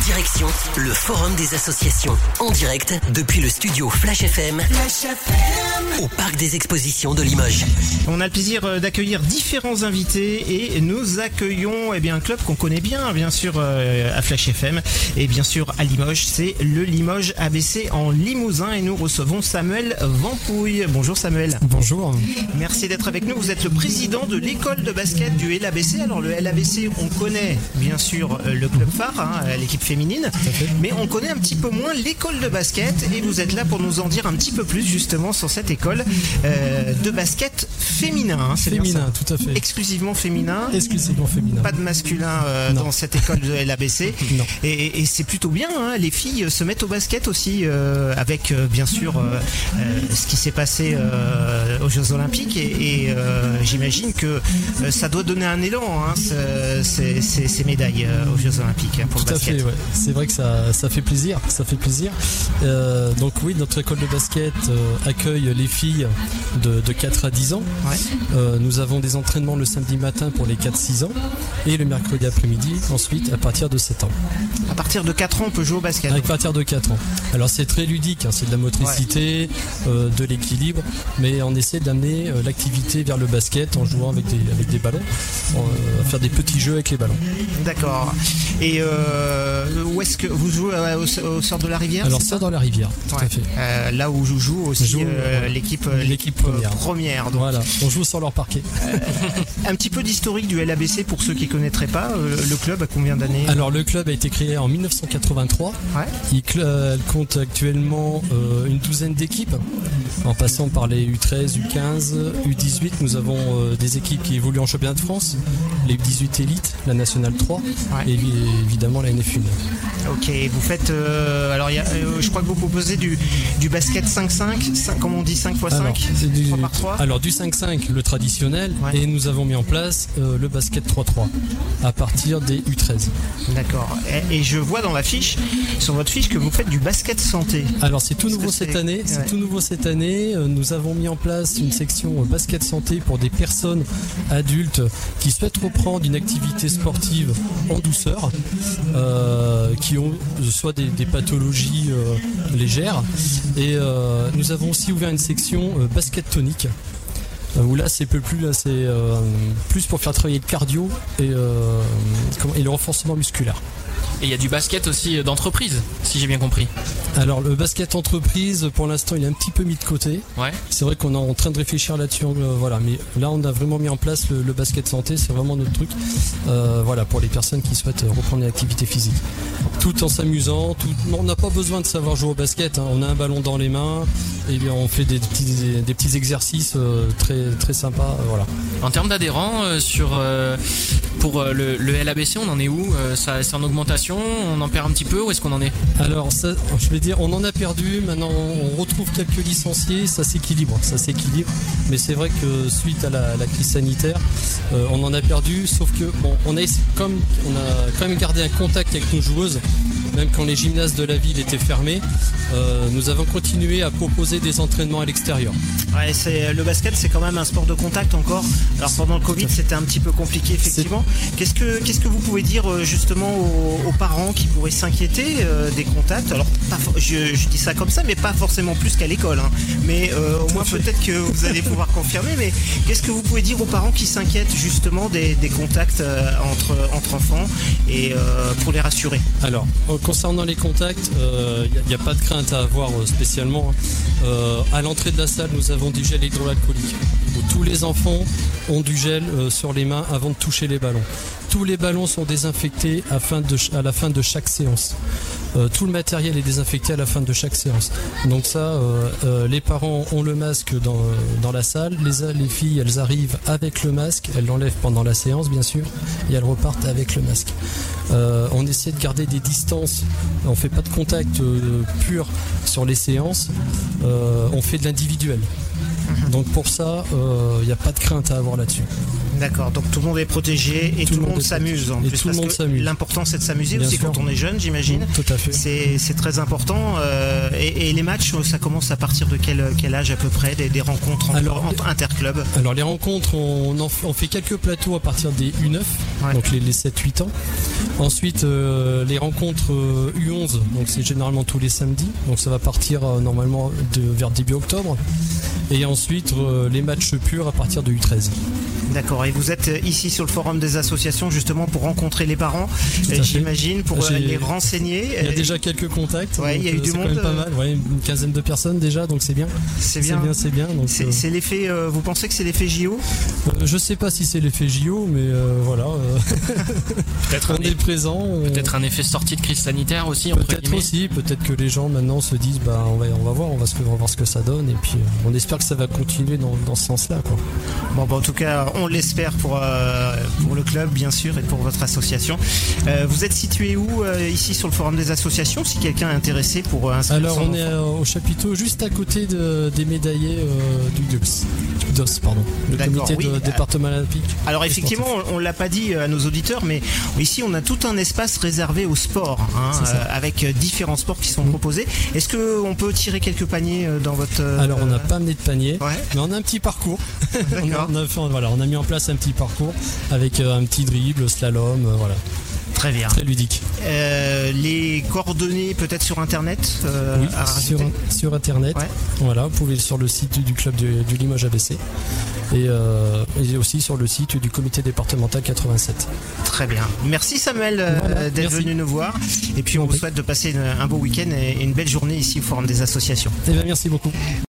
Direction le Forum des associations, en direct depuis le studio Flash FM, au Parc des Expositions de Limoges. On a le plaisir d'accueillir différents invités et nous accueillons un club qu'on connaît bien sûr à Flash FM et bien sûr à Limoges, c'est le Limoges ABC en Limousin et nous recevons Samuel Vampouille. Bonjour Samuel. Bonjour. Merci d'être avec nous. Vous êtes le président de l'école de basket du LABC. Alors le LABC, on connaît bien sûr le club phare, l'équipe féminine, mais on connaît un petit peu moins l'école de basket et vous êtes là pour nous en dire un petit peu plus justement sur cette école de basket féminin. C'est féminin, bien ça, tout à fait. Exclusivement féminin. Exclusivement féminin. Pas de masculin dans cette école de LABC. Non. Et c'est plutôt bien, les filles se mettent au basket aussi avec bien sûr ce qui s'est passé aux Jeux Olympiques et j'imagine que ça doit donner un élan ces médailles aux Jeux Olympiques pour tout le basket. Tout à fait, ouais. C'est vrai que ça fait plaisir. Donc oui, notre école de basket accueille les filles de 4 à 10 ans. Ouais. Nous avons des entraînements le samedi matin pour les 4-6 ans et le mercredi après-midi ensuite à partir de 7 ans. À partir de 4 ans, on peut jouer au basket. À partir de 4 ans. Alors c'est très ludique, c'est de la motricité, de l'équilibre, mais on essaie d'amener l'activité vers le basket en jouant avec des ballons, faire des petits jeux avec les ballons. D'accord. Et où est-ce que vous jouez au Sort de la Rivière? Alors Sort dans la Rivière, tout à fait. Là où joue aussi l'équipe première. Donc. Voilà, on joue sur leur parquet. Un petit peu d'historique du LABC pour ceux qui ne connaîtraient pas. Le club a combien d'années? Alors le club a été créé en 1983. Ouais. Il compte actuellement une douzaine d'équipes, en passant par les U13, U15, U18. Nous avons des équipes qui évoluent en championnat de France, les U18 élites, la Nationale 3 et évidemment la NF1. Ok, vous faites... je crois que vous proposez du basket 5-5, comme on dit 5x5, 3x3. Alors du 5-5, le traditionnel, et nous avons mis en place le basket 3-3 à partir des U13. D'accord. Et je vois dans la fiche, sur votre fiche, que vous faites du basket santé. Alors c'est tout nouveau cette année. Tout nouveau cette année. Nous avons mis en place une section basket santé pour des personnes adultes qui souhaitent reprendre une activité sportive en douceur, qui ont soit des pathologies légères. Et nous avons aussi ouvert une section basket tonique. Où là c'est plus pour faire travailler le cardio et le renforcement musculaire. Et il y a du basket aussi d'entreprise, si j'ai bien compris. Alors le basket entreprise, pour l'instant, il est un petit peu mis de côté. Ouais. C'est vrai qu'on est en train de réfléchir là-dessus. Mais là, on a vraiment mis en place le basket santé. C'est vraiment notre truc. Pour les personnes qui souhaitent reprendre une activité physique. Tout en s'amusant. On n'a pas besoin de savoir jouer au basket. On a un ballon dans les mains et bien on fait des petits exercices très très sympas. Voilà. En termes d'adhérents pour le LABC, on en est où? C'est en augmentation? On en perd un petit peu? Où est-ce qu'on en est? Alors je vais dire, on en a perdu. Maintenant on retrouve quelques licenciés. Ça s'équilibre. Mais c'est vrai que suite à la crise sanitaire, on en a perdu. Sauf que on a quand même gardé un contact avec nos joueuses. Même quand les gymnases de la ville étaient fermés, nous avons continué à proposer des entraînements à l'extérieur. Ouais, le basket, c'est quand même un sport de contact encore. Alors pendant le Covid, c'était un petit peu compliqué effectivement. Qu'est-ce que vous pouvez dire justement aux parents qui pourraient s'inquiéter des contacts? Alors je dis ça comme ça, mais pas forcément plus qu'à l'école. Mais au moins peut-être que vous allez pouvoir confirmer. Mais qu'est-ce que vous pouvez dire aux parents qui s'inquiètent justement des contacts entre enfants et pour les rassurer? Alors concernant les contacts, il n'y a pas de crainte à avoir spécialement. À l'entrée de la salle, nous avons du gel hydroalcoolique. Tous les enfants ont du gel sur les mains avant de toucher les ballons. Tous les ballons sont désinfectés à la fin de chaque séance. Tout le matériel est désinfecté à la fin de chaque séance. Donc ça, les parents ont le masque dans la salle. Les filles, elles arrivent avec le masque. Elles l'enlèvent pendant la séance, bien sûr, et elles repartent avec le masque. On essaie de garder des distances. On fait pas de contact pur sur les séances. On fait de l'individuel. Donc pour ça, il n'y a pas de crainte à avoir là-dessus. D'accord, donc tout le monde est protégé et tout le monde s'amuse en plus. L'important c'est de s'amuser aussi quand on est jeune, j'imagine. Tout à fait. C'est très important. Et les matchs, ça commence à partir de quel âge à peu près, des rencontres entre interclubs? Alors les rencontres, on fait quelques plateaux à partir des U9, donc les 7-8 ans. Ensuite, les rencontres U11, donc c'est généralement tous les samedis, donc ça va partir normalement vers début octobre. Et ensuite, les matchs purs à partir de U13. D'accord, et vous êtes ici sur le forum des associations justement pour rencontrer les parents, j'imagine, pour les renseigner. Il y a déjà quelques contacts, il y a eu du monde, quand même pas mal, une quinzaine de personnes déjà, donc c'est bien. C'est bien. Donc, c'est l'effet, vous pensez que c'est l'effet JO ? Je sais pas si c'est l'effet JO, mais voilà. Peut-être on est présent. Peut-être un effet sortie de crise sanitaire aussi. Peut-être aussi, peut-être que les gens maintenant se disent on va voir, on va voir ce que ça donne, et puis on espère que ça va continuer dans ce sens-là, quoi. Bon, en tout cas, on l'espère pour le club, bien sûr, et pour votre association. Vous êtes situé où ici sur le forum des associations, si quelqu'un est intéressé pour inscrire? Alors, on est au chapiteau, juste à côté des médaillés du DOS, pardon, le comité département olympique. Alors, effectivement, on l'a pas dit à nos auditeurs, mais ici, on a tout un espace réservé au sport, avec différents sports qui sont proposés. Est-ce qu'on peut tirer quelques paniers dans votre... Alors, on n'a pas amené de panier, mais on a un petit parcours. On a mis en place un petit parcours avec un petit dribble, slalom, voilà. Très bien. Très ludique. Les coordonnées peut-être sur internet Oui, sur internet. Ouais. Voilà, vous pouvez sur le site du club du Limoges ABC et aussi sur le site du comité départemental 87. Très bien. Merci Samuel d'être venu nous voir. Et puis on vous souhaite de passer un beau week-end et une belle journée ici au Forum des associations. Merci beaucoup.